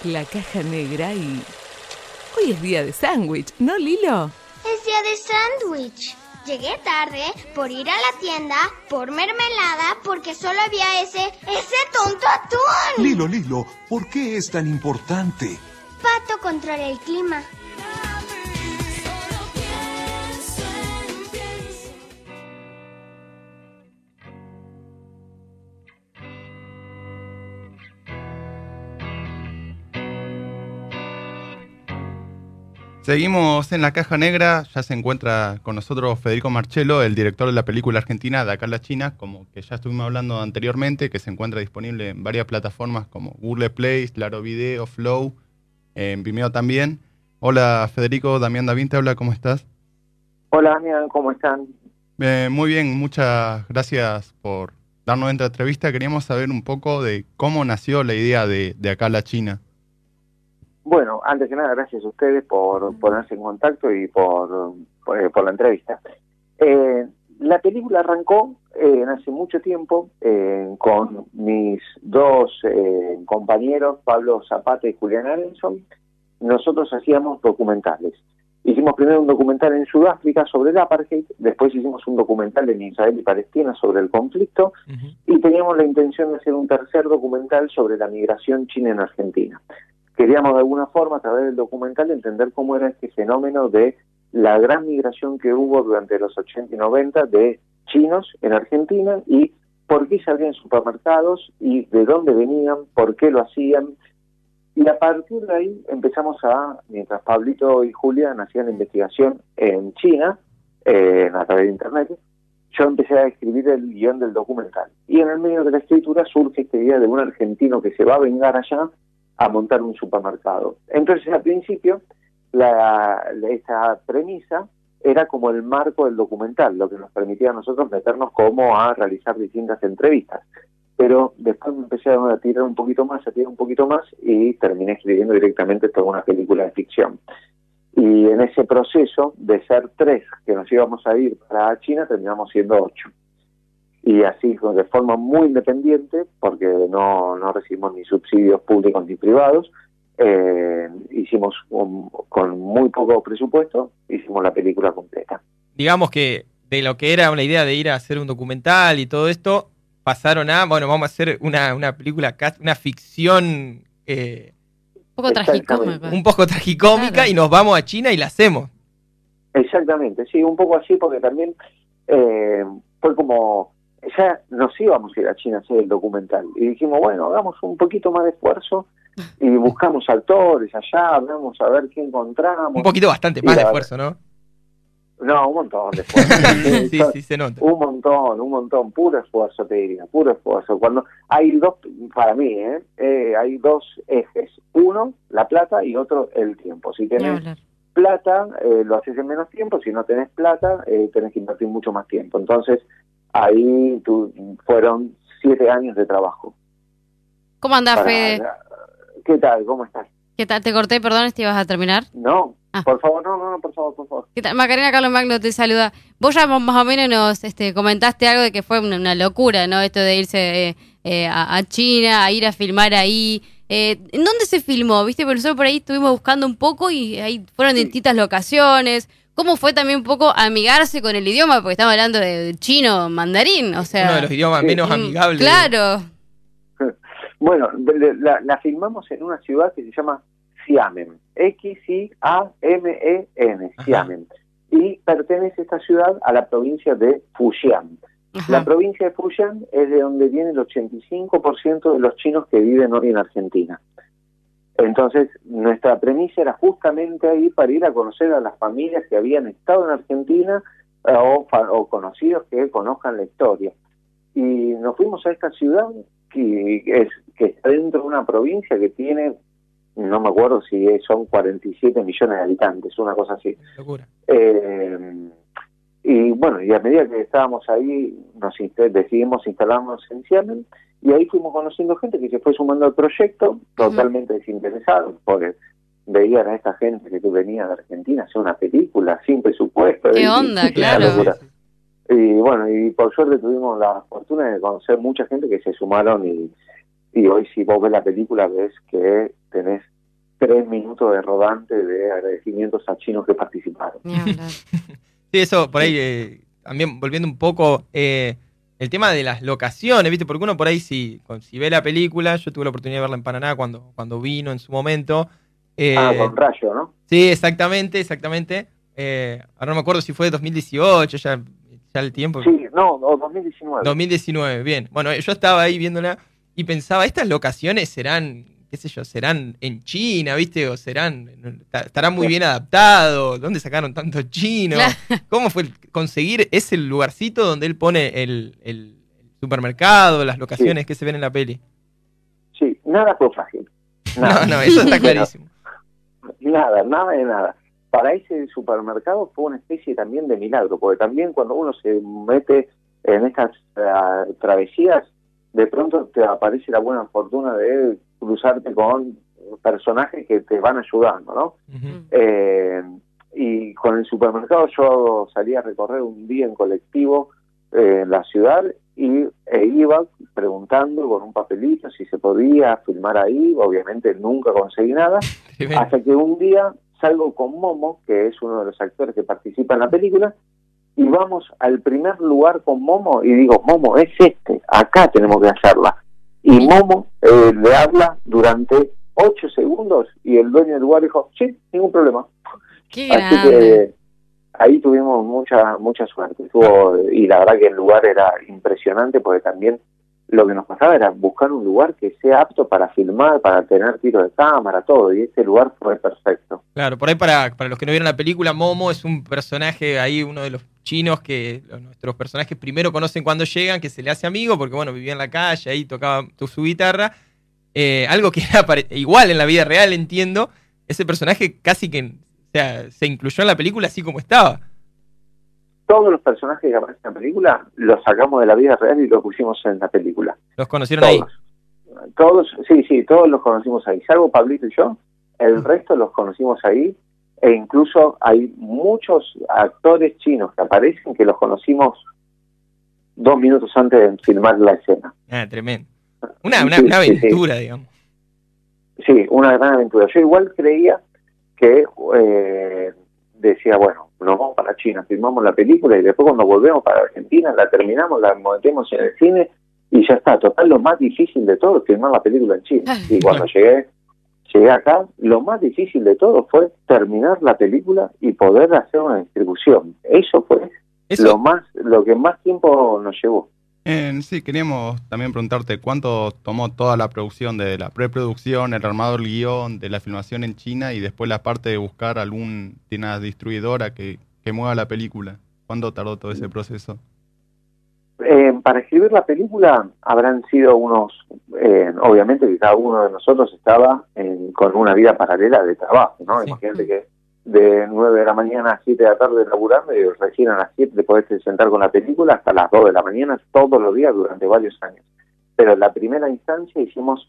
La Caja Negra y... Hoy es día de sándwich, ¿no, Lilo? Es día de sándwich. Llegué tarde por ir a la tienda, por mermelada, porque solo había ese tonto atún. Lilo, ¿por qué es tan importante? Pato controla el clima. Seguimos en la Caja Negra, ya se encuentra con nosotros Federico Marchello, el director de la película argentina De acá a la China, como que ya estuvimos hablando anteriormente, que se encuentra disponible en varias plataformas como Google Play, Claro Video, Flow, en Vimeo también. Hola Federico, Damián Davín te habla, ¿cómo estás? Hola Damián, ¿cómo están? Muy bien, muchas gracias por darnos esta entrevista. Queríamos saber un poco de cómo nació la idea de acá a la China. Bueno, antes que nada, gracias a ustedes por ponerse en contacto y por la entrevista. La película arrancó hace mucho tiempo con mis dos compañeros, Pablo Zapata y Julián Arenson. Nosotros hacíamos documentales. Hicimos primero un documental en Sudáfrica sobre el apartheid, después hicimos un documental en Israel y Palestina sobre el conflicto, y teníamos la intención de hacer un tercer documental sobre la migración china en Argentina. Queríamos de alguna forma, a través del documental, entender cómo era este fenómeno de la gran migración que hubo durante los 80 y 90 de chinos en Argentina y por qué se abrían supermercados y de dónde venían, por qué lo hacían. Y a partir de ahí empezamos mientras Pablito y Julián hacían investigación en China, a través de internet, yo empecé a escribir el guión del documental. Y en el medio de la escritura surge esta idea de un argentino que se va a vengar allá a montar un supermercado. Entonces, al principio, esta premisa era como el marco del documental, lo que nos permitía a nosotros meternos como a realizar distintas entrevistas. Pero después me empecé a tirar un poquito más, y terminé escribiendo directamente toda una película de ficción. Y en ese proceso de ser 3 que nos íbamos a ir para China, terminamos siendo 8. Y así, de forma muy independiente, porque no recibimos ni subsidios públicos ni privados, hicimos con muy poco presupuesto, hicimos la película completa. Digamos que de lo que era una idea de ir a hacer un documental y todo esto, pasaron vamos a hacer una película, una ficción un poco tragicómica. Un poco tragicómica, claro. Y nos vamos a China y la hacemos. Exactamente, sí, un poco así, porque también fue como... Ya nos íbamos a ir a China a hacer el documental y dijimos, bueno, hagamos un poquito más de esfuerzo y buscamos actores allá, vamos a ver qué encontramos. Un poquito bastante más de esfuerzo, ¿no? No, un montón de esfuerzo. sí, se nota. Un montón, puro esfuerzo te diría, puro esfuerzo. Cuando hay dos, para mí, hay 2 ejes, uno, la plata y otro, el tiempo. Si tenés plata, lo haces en menos tiempo, si no tenés plata, tenés que invertir mucho más tiempo. Entonces, ahí fueron 7 años de trabajo. ¿Cómo andás, Fede? ¿Qué tal? ¿Cómo estás? ¿Qué tal? Te corté, perdón, ¿te ibas a terminar? No, por favor, no, por favor. ¿Qué tal? Macarena Carlos Magno te saluda. Vos ya más o menos nos comentaste algo de que fue una locura, ¿no? Esto de irse a China, a ir a filmar ahí. ¿En dónde se filmó? ¿Viste? Pero nosotros por ahí estuvimos buscando un poco y ahí fueron distintas locaciones. ¿Cómo fue también un poco amigarse con el idioma? Porque estamos hablando de chino, mandarín, o sea... Uno de los idiomas menos amigables. Claro. Bueno, la filmamos en una ciudad que se llama Xiamen. Xiamen. Xiamen. Y pertenece esta ciudad a la provincia de Fujian. Ajá. La provincia de Fujian es de donde viene el 85% de los chinos que viven hoy en Argentina. Entonces, nuestra premisa era justamente ahí para ir a conocer a las familias que habían estado en Argentina o conocidos que conozcan la historia. Y nos fuimos a esta ciudad que está dentro de una provincia que tiene, no me acuerdo si son 47 millones de habitantes, una cosa así. Locura. Y bueno, y a medida que estábamos ahí, decidimos instalarnos en Xiamen, y ahí fuimos conociendo gente que se fue sumando al proyecto, totalmente desinteresados, porque veían a esta gente que venía de Argentina a hacer una película sin presupuesto. ¿Qué onda? Claro. Y bueno, y por suerte tuvimos la fortuna de conocer mucha gente que se sumaron y hoy si vos ves la película ves que tenés 3 minutos de rodante de agradecimientos a chinos que participaron. Sí, eso por ahí, también volviendo un poco, el tema de las locaciones, ¿viste? Porque uno por ahí, si ve la película, yo tuve la oportunidad de verla en Paraná cuando vino en su momento. Con Rayo, ¿no? Sí, exactamente. Ahora no me acuerdo si fue de 2018, ya el tiempo. Sí, no, 2019. 2019, bien. Bueno, yo estaba ahí viéndola y pensaba, estas locaciones serán, qué sé yo, serán en China, ¿viste? O estarán muy bien adaptados. ¿Dónde sacaron tantos chinos? ¿Cómo fue conseguir ese lugarcito donde él pone el supermercado, las locaciones que se ven en la peli? Sí, nada fue fácil. Nada. No, eso está clarísimo. Nada de nada. Para ese supermercado fue una especie también de milagro, porque también cuando uno se mete en estas travesías, de pronto te aparece la buena fortuna de cruzarte con personajes que te van ayudando, ¿no? Uh-huh. Y con el supermercado yo salí a recorrer un día en colectivo en la ciudad e iba preguntando con un papelito si se podía filmar ahí. Obviamente nunca conseguí nada, hasta que un día salgo con Momo, que es uno de los actores que participa en la película, y vamos al primer lugar con Momo y digo, Momo, es acá tenemos que hacerla. Y Momo le habla durante 8 segundos y el dueño del lugar dijo, sí, ningún problema. ¡Qué Así grande! que ahí tuvimos mucha suerte. Y la verdad que el lugar era impresionante, porque también lo que nos pasaba era buscar un lugar que sea apto para filmar, para tener tiro de cámara, todo, y ese lugar fue perfecto. Claro, por ahí para los que no vieron la película, Momo es un personaje ahí, uno de los chinos que nuestros personajes primero conocen cuando llegan, que se le hace amigo, porque bueno, vivía en la calle, ahí tocaba su guitarra, algo que era igual en la vida real, entiendo, ese personaje casi que, o sea, se incluyó en la película así como estaba. Todos los personajes que aparecen en la película los sacamos de la vida real y los pusimos en la película. ¿Los conocieron todos. Ahí? Todos los conocimos ahí. Salvo Pablito y yo, el resto los conocimos ahí. E incluso hay muchos actores chinos que aparecen que los conocimos 2 minutos antes de filmar la escena. Ah, tremendo. Una aventura, digamos. Sí, una gran aventura. Yo igual creía que decía, bueno, nos vamos para China, filmamos la película y después cuando volvemos para Argentina la terminamos, la metemos en el cine y ya está. Total, lo más difícil de todo es filmar la película en China. Y cuando llegué acá, lo más difícil de todo fue terminar la película y poder hacer una distribución. Eso fue lo que más tiempo nos llevó. Sí, queríamos también preguntarte cuánto tomó toda la producción, de la preproducción, el armado del guión, de la filmación en China y después la parte de buscar una distribuidora que mueva la película. ¿Cuánto tardó todo ese proceso? Para escribir la película habrán sido obviamente que cada uno de nosotros estaba con una vida paralela de trabajo, ¿no? Sí. Imagínate que de 9 de la mañana a 7 de la tarde laburando y recién a las 7 te podés sentar con la película hasta las 2 de la mañana todos los días durante varios años. Pero en la primera instancia hicimos,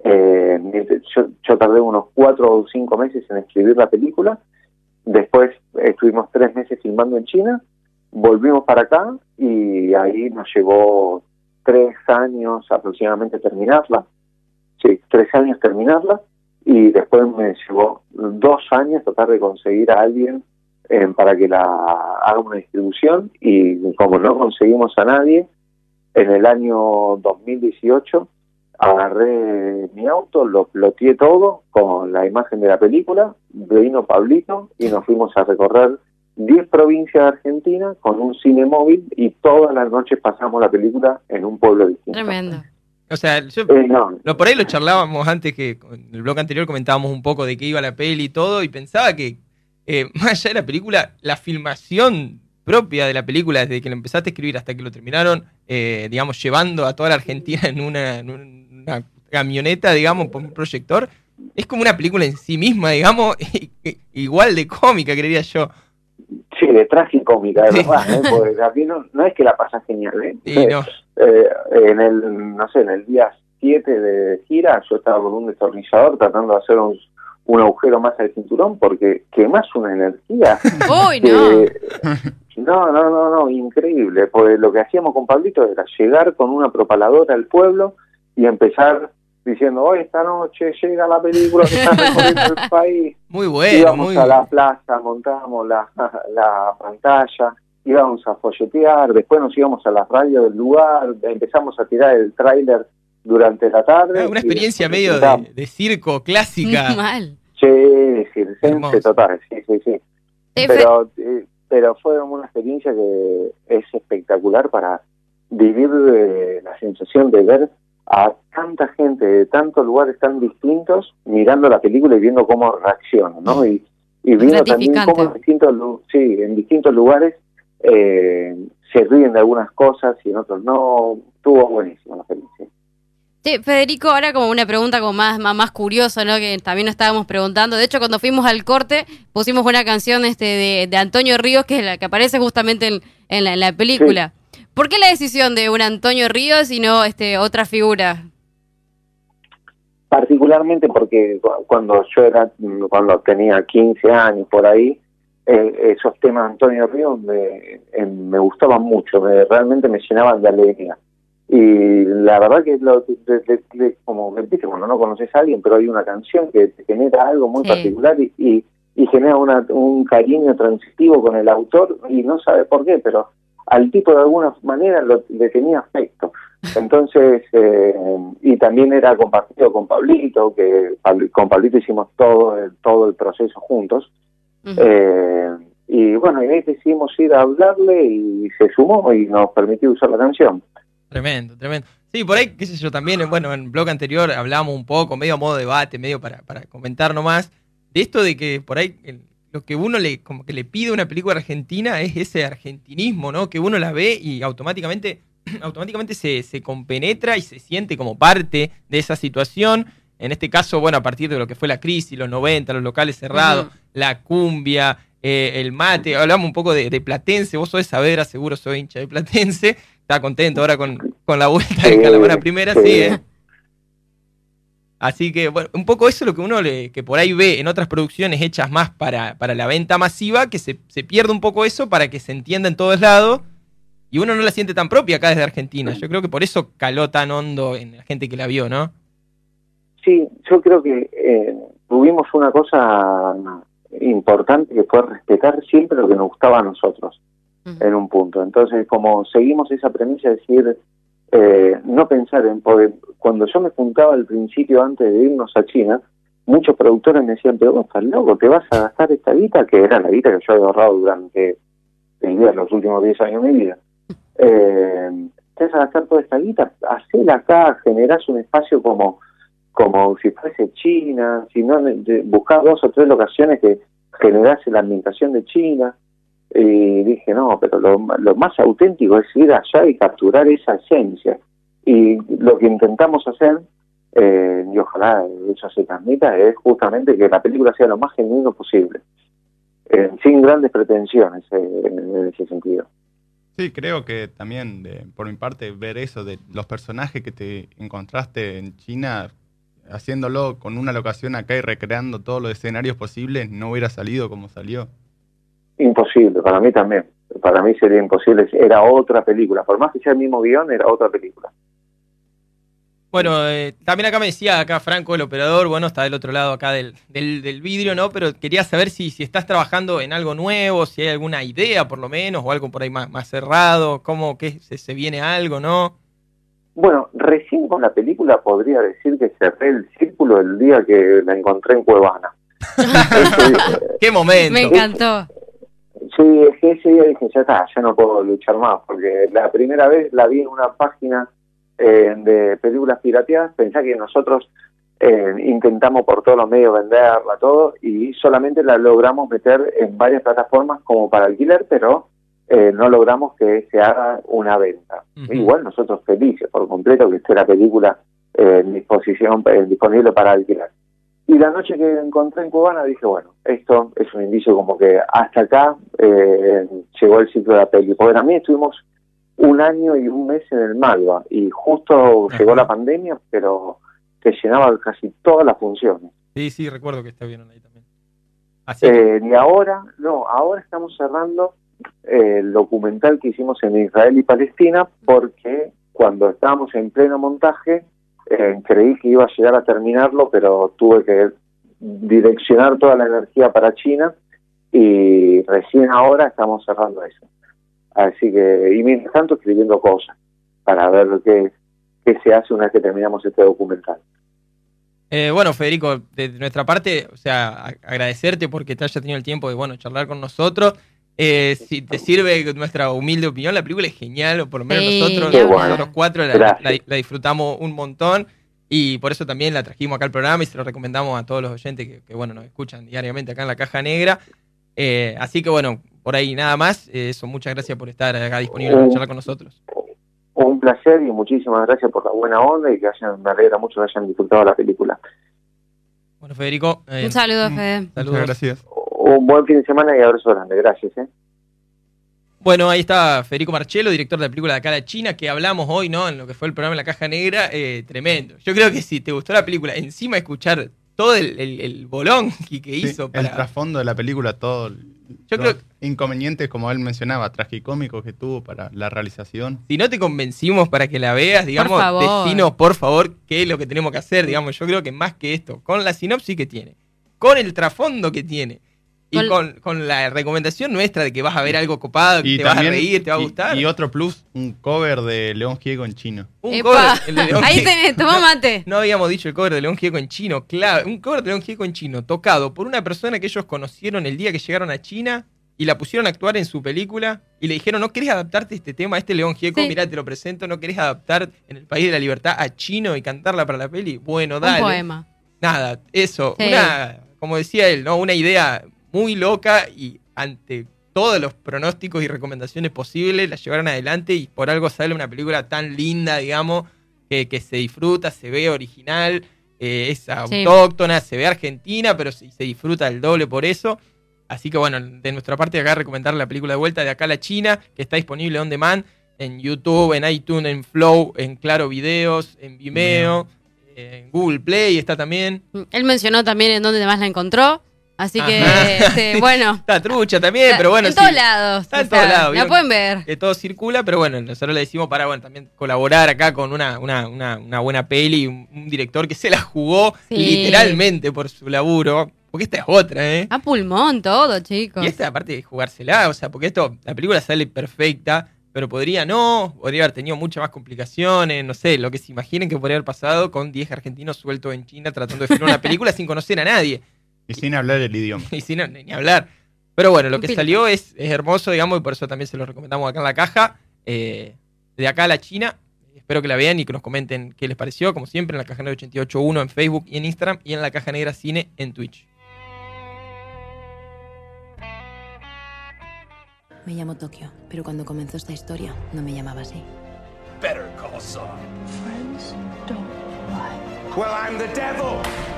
yo tardé unos 4 o 5 meses en escribir la película, después estuvimos 3 meses filmando en China, volvimos para acá y ahí nos llevó 3 años aproximadamente terminarla. Sí, 3 años terminarla. Y después me llevó 2 años tratar de conseguir a alguien para que la haga una distribución, y como no conseguimos a nadie, en el año 2018 agarré mi auto, lo ploteé todo con la imagen de la película, vino Pablito y nos fuimos a recorrer 10 provincias de Argentina con un cine móvil y todas las noches pasamos la película en un pueblo distinto. Tremendo. O sea, por ahí lo charlábamos antes, que en el blog anterior comentábamos un poco de qué iba la peli y todo, y pensaba que más allá de la película, la filmación propia de la película, desde que lo empezaste a escribir hasta que lo terminaron, digamos, llevando a toda la Argentina en una camioneta, digamos, por un proyector, es como una película en sí misma, digamos, igual de cómica, creería yo. Sí, de tragicómica, de verdad, porque también no es que la pasas genial, Sí, no. En el día 7 de gira, yo estaba con un destornillador tratando de hacer un agujero más al cinturón, porque quemás una energía. ¡Uy, no! No, increíble, porque lo que hacíamos con Pablito era llegar con una propaladora al pueblo y empezar diciendo, hoy esta noche llega la película que está recorriendo el país. Muy bueno, íbamos a la plaza, montábamos la pantalla, íbamos a folletear, después nos íbamos a las radios del lugar, empezamos a tirar el tráiler durante la tarde. Una experiencia medio de circo clásica. Mal. Sí, circense total, sí. Pero fue una experiencia que es espectacular para vivir la sensación de ver a tanta gente de tantos lugares tan distintos mirando la película y viendo cómo reaccionan, ¿no? Y viendo también cómo en distintos lugares se ríen de algunas cosas y en otros no. Estuvo buenísimo la experiencia. Sí, Federico, ahora como una pregunta como más curiosa, ¿no? Que también nos estábamos preguntando. De hecho, cuando fuimos al corte, pusimos una canción de Antonio Ríos, que es la que aparece justamente en la película. Sí. ¿Por qué la decisión de un Antonio Ríos y no otra figura? Particularmente porque cuando tenía 15 años por ahí, esos temas de Antonio Ríos me gustaban mucho, realmente me llenaban de alegría. Y la verdad que como viste, cuando no conoces a alguien, pero hay una canción que te genera algo muy particular y genera un cariño transitivo con el autor y no sabe por qué, pero al tipo de alguna manera le tenía afecto. Entonces, y también era compartido con Pablito, que con Pablito hicimos todo el proceso juntos. Uh-huh. Y bueno, y ahí decidimos ir a hablarle y se sumó y nos permitió usar la canción. Tremendo. Sí, por ahí, qué sé yo, también, bueno, en el blog anterior hablábamos un poco, medio a modo debate, medio para comentar nomás, de esto de que por ahí lo que uno como que le pide a una película argentina es ese argentinismo, ¿no? Que uno la ve y automáticamente se compenetra y se siente como parte de esa situación. En este caso, bueno, a partir de lo que fue la crisis, los 90, los locales cerrados, la cumbia, el mate, hablamos un poco de Platense, vos sos de Saavedra, seguro soy hincha de Platense. Está contento ahora con la vuelta de Calamar Primera, sí. Así que, bueno, un poco eso es lo que uno que por ahí ve en otras producciones hechas más para la venta masiva, que se pierde un poco eso para que se entienda en todos lados, y uno no la siente tan propia acá desde Argentina. Yo creo que por eso caló tan hondo en la gente que la vio, ¿no? Sí, yo creo que tuvimos una cosa importante que fue respetar siempre lo que nos gustaba a nosotros. En un punto. Entonces, como seguimos esa premisa de decir, no pensar porque cuando yo me juntaba al principio antes de irnos a China, muchos productores me decían, pero vos estás loco, te vas a gastar esta guita, que era la guita que yo había ahorrado durante los últimos 10 años de mi vida. Te vas a gastar toda esta guita, hacela acá, generás un espacio como si fuese China, si no, buscás 2 o 3 locaciones que generase la ambientación de China. Y dije, no, pero lo más auténtico es ir allá y capturar esa esencia. Y lo que intentamos hacer, y ojalá eso se transmita, es justamente que la película sea lo más genuino posible, sin grandes pretensiones en ese sentido. Sí, creo que también, por mi parte, ver eso de los personajes que te encontraste en China, haciéndolo con una locación acá y recreando todos los escenarios posibles, no hubiera salido como salió. Imposible, para mí también. Para mí sería imposible, era otra película. Por más que sea el mismo guión, era otra película. Bueno, también acá me decía, Franco, el operador, bueno, está del otro lado acá del vidrio, ¿no? Pero quería saber si estás trabajando en algo nuevo, si hay alguna idea, por lo menos, o algo por ahí más cerrado, ¿cómo que se viene algo, no? Bueno, recién con la película podría decir que cerré el círculo el día que la encontré en Cuevana. ¡Qué momento! Me encantó. Sí, es que ese día dije, ya está, ya no puedo luchar más, porque la primera vez la vi en una página de películas pirateadas, pensá que nosotros intentamos por todos los medios venderla, todo, y solamente la logramos meter en varias plataformas como para alquiler, pero no logramos que se haga una venta. Uh-huh. Igual nosotros felices por completo que esté la película disponible para alquilar. Y la noche que encontré en Cubana dije, bueno, esto es un indicio como que hasta acá llegó el ciclo de la peli. Porque también estuvimos 1 año y 1 mes en el Malva y justo llegó la pandemia, pero que llenaba casi todas las funciones. Sí, recuerdo que está bien ahí también. Así y ahora estamos cerrando el documental que hicimos en Israel y Palestina, porque cuando estábamos en pleno montaje creí que iba a llegar a terminarlo, pero tuve que direccionar toda la energía para China y recién ahora estamos cerrando eso. Así que, y mientras tanto escribiendo cosas para ver qué se hace una vez que terminamos este documental. Bueno, Federico, de nuestra parte, o sea, agradecerte porque te hayas tenido el tiempo de, bueno, charlar con nosotros. Si te sirve nuestra humilde opinión, la película es genial, o por lo menos nosotros cuatro la disfrutamos un montón, y por eso también la trajimos acá al programa y se lo recomendamos a todos los oyentes que bueno, nos escuchan diariamente acá en La Caja Negra. Así que bueno, por ahí nada más. Eso, muchas gracias por estar acá disponible para charlar con nosotros. Un placer y muchísimas gracias por la buena onda y me alegra mucho que hayan disfrutado la película. Bueno, Federico. Un saludo, Fede. Saludos. Muchas gracias. Un buen fin de semana y abrazo grande. Gracias. Bueno, ahí está Federico Marchello, director de la película De acá a la China, que hablamos hoy, ¿no? En lo que fue el programa La Caja Negra. Tremendo. Yo creo que si te gustó la película, encima escuchar todo el bolón que hizo para... El trasfondo de la película, todo... Yo creo inconvenientes, como él mencionaba, tragicómicos que tuvo para la realización. Si no te convencimos para que la veas, digamos, decinos por favor qué es lo que tenemos que hacer, digamos. Yo creo que más que esto, con la sinopsis que tiene, con el trasfondo que tiene y con la recomendación nuestra de que vas a ver algo copado, que te vas a reír, te va a gustar. Y otro plus, un cover de León Gieco en chino. Un cover, el de León ahí Gieco. tenés, toma mate. No habíamos dicho el cover de León Gieco en chino, claro. Un cover de León Gieco en chino, tocado por una persona que ellos conocieron el día que llegaron a China y la pusieron a actuar en su película y le dijeron, ¿no querés adaptarte este tema, este León Gieco? Sí. Mirá, te lo presento, ¿no querés adaptar En el País de la Libertad a chino y cantarla para la peli? Bueno, dale. Un poema. Nada, eso. Sí. Como decía él, ¿no? Una idea muy loca y ante todos los pronósticos y recomendaciones posibles la llevaron adelante y por algo sale una película tan linda, digamos, que se disfruta, se ve original, es autóctona, se ve argentina, pero se disfruta el doble por eso. Así que bueno, de nuestra parte acá recomendar la película De vuelta, De acá a la China, que está disponible on demand en YouTube, en iTunes, en Flow, en Claro Videos, en Vimeo, en Google Play está también. Él mencionó también en dónde más la encontró. Así que, bueno. Está trucha también, pero bueno. En todos lados. Está en todos lados. La pueden ver. Que todo circula, pero bueno, nosotros le decimos para, bueno, también colaborar acá con una buena peli, un director que se la jugó literalmente por su laburo. Porque esta es otra, A pulmón todo, chicos. Y esta aparte de jugársela, o sea, porque la película sale perfecta, pero podría haber tenido muchas más complicaciones, no sé, lo que se imaginen que podría haber pasado con 10 argentinos sueltos en China tratando de filmar una película sin conocer a nadie. Y sin hablar el idioma. Y sin ni hablar. Pero bueno, lo que salió es hermoso, digamos, y por eso también se lo recomendamos acá en La Caja. De acá a la China. Espero que la vean y que nos comenten qué les pareció, como siempre, en La Caja Negra 88.1 en Facebook y en Instagram, y en La Caja Negra Cine en Twitch. Me llamo Tokio, pero cuando comenzó esta historia no me llamaba así. Better call Saul. Friends don't lie. Well, I'm the devil.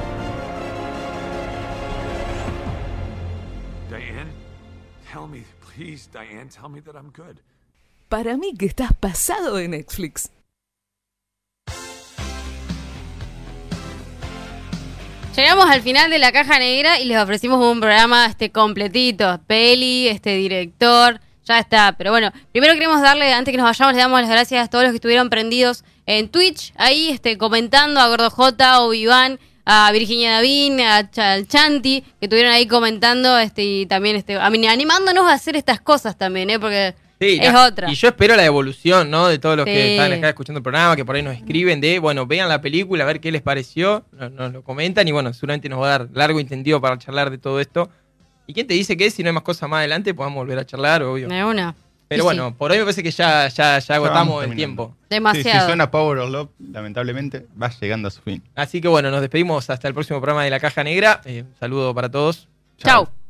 Diane, tell me, please, Diane, tell me that I'm good. Para mí que estás pasado de Netflix. Llegamos al final de La Caja Negra y les ofrecimos un programa completito, peli, director, ya está. Pero bueno, primero queremos darle, antes que nos vayamos, le damos las gracias a todos los que estuvieron prendidos en Twitch, ahí comentando, a Gordo J, a Iván, a Virginia Davín, al Chanti, que estuvieron ahí comentando y también animándonos a hacer estas cosas también, porque sí, es otra. Y yo espero la devolución, ¿no? De todos los que están acá escuchando el programa, que por ahí nos escriben bueno, vean la película, a ver qué les pareció, nos lo comentan y bueno, seguramente nos va a dar largo y tendido para charlar de todo esto. ¿Y quién te dice que si no hay más cosas más adelante podamos volver a charlar, obvio? De una. Pero bueno, por hoy me parece que ya agotamos el tiempo. Demasiado. Si suena Power of Love, lamentablemente va llegando a su fin. Así que bueno, nos despedimos hasta el próximo programa de La Caja Negra. Un saludo para todos. Chau.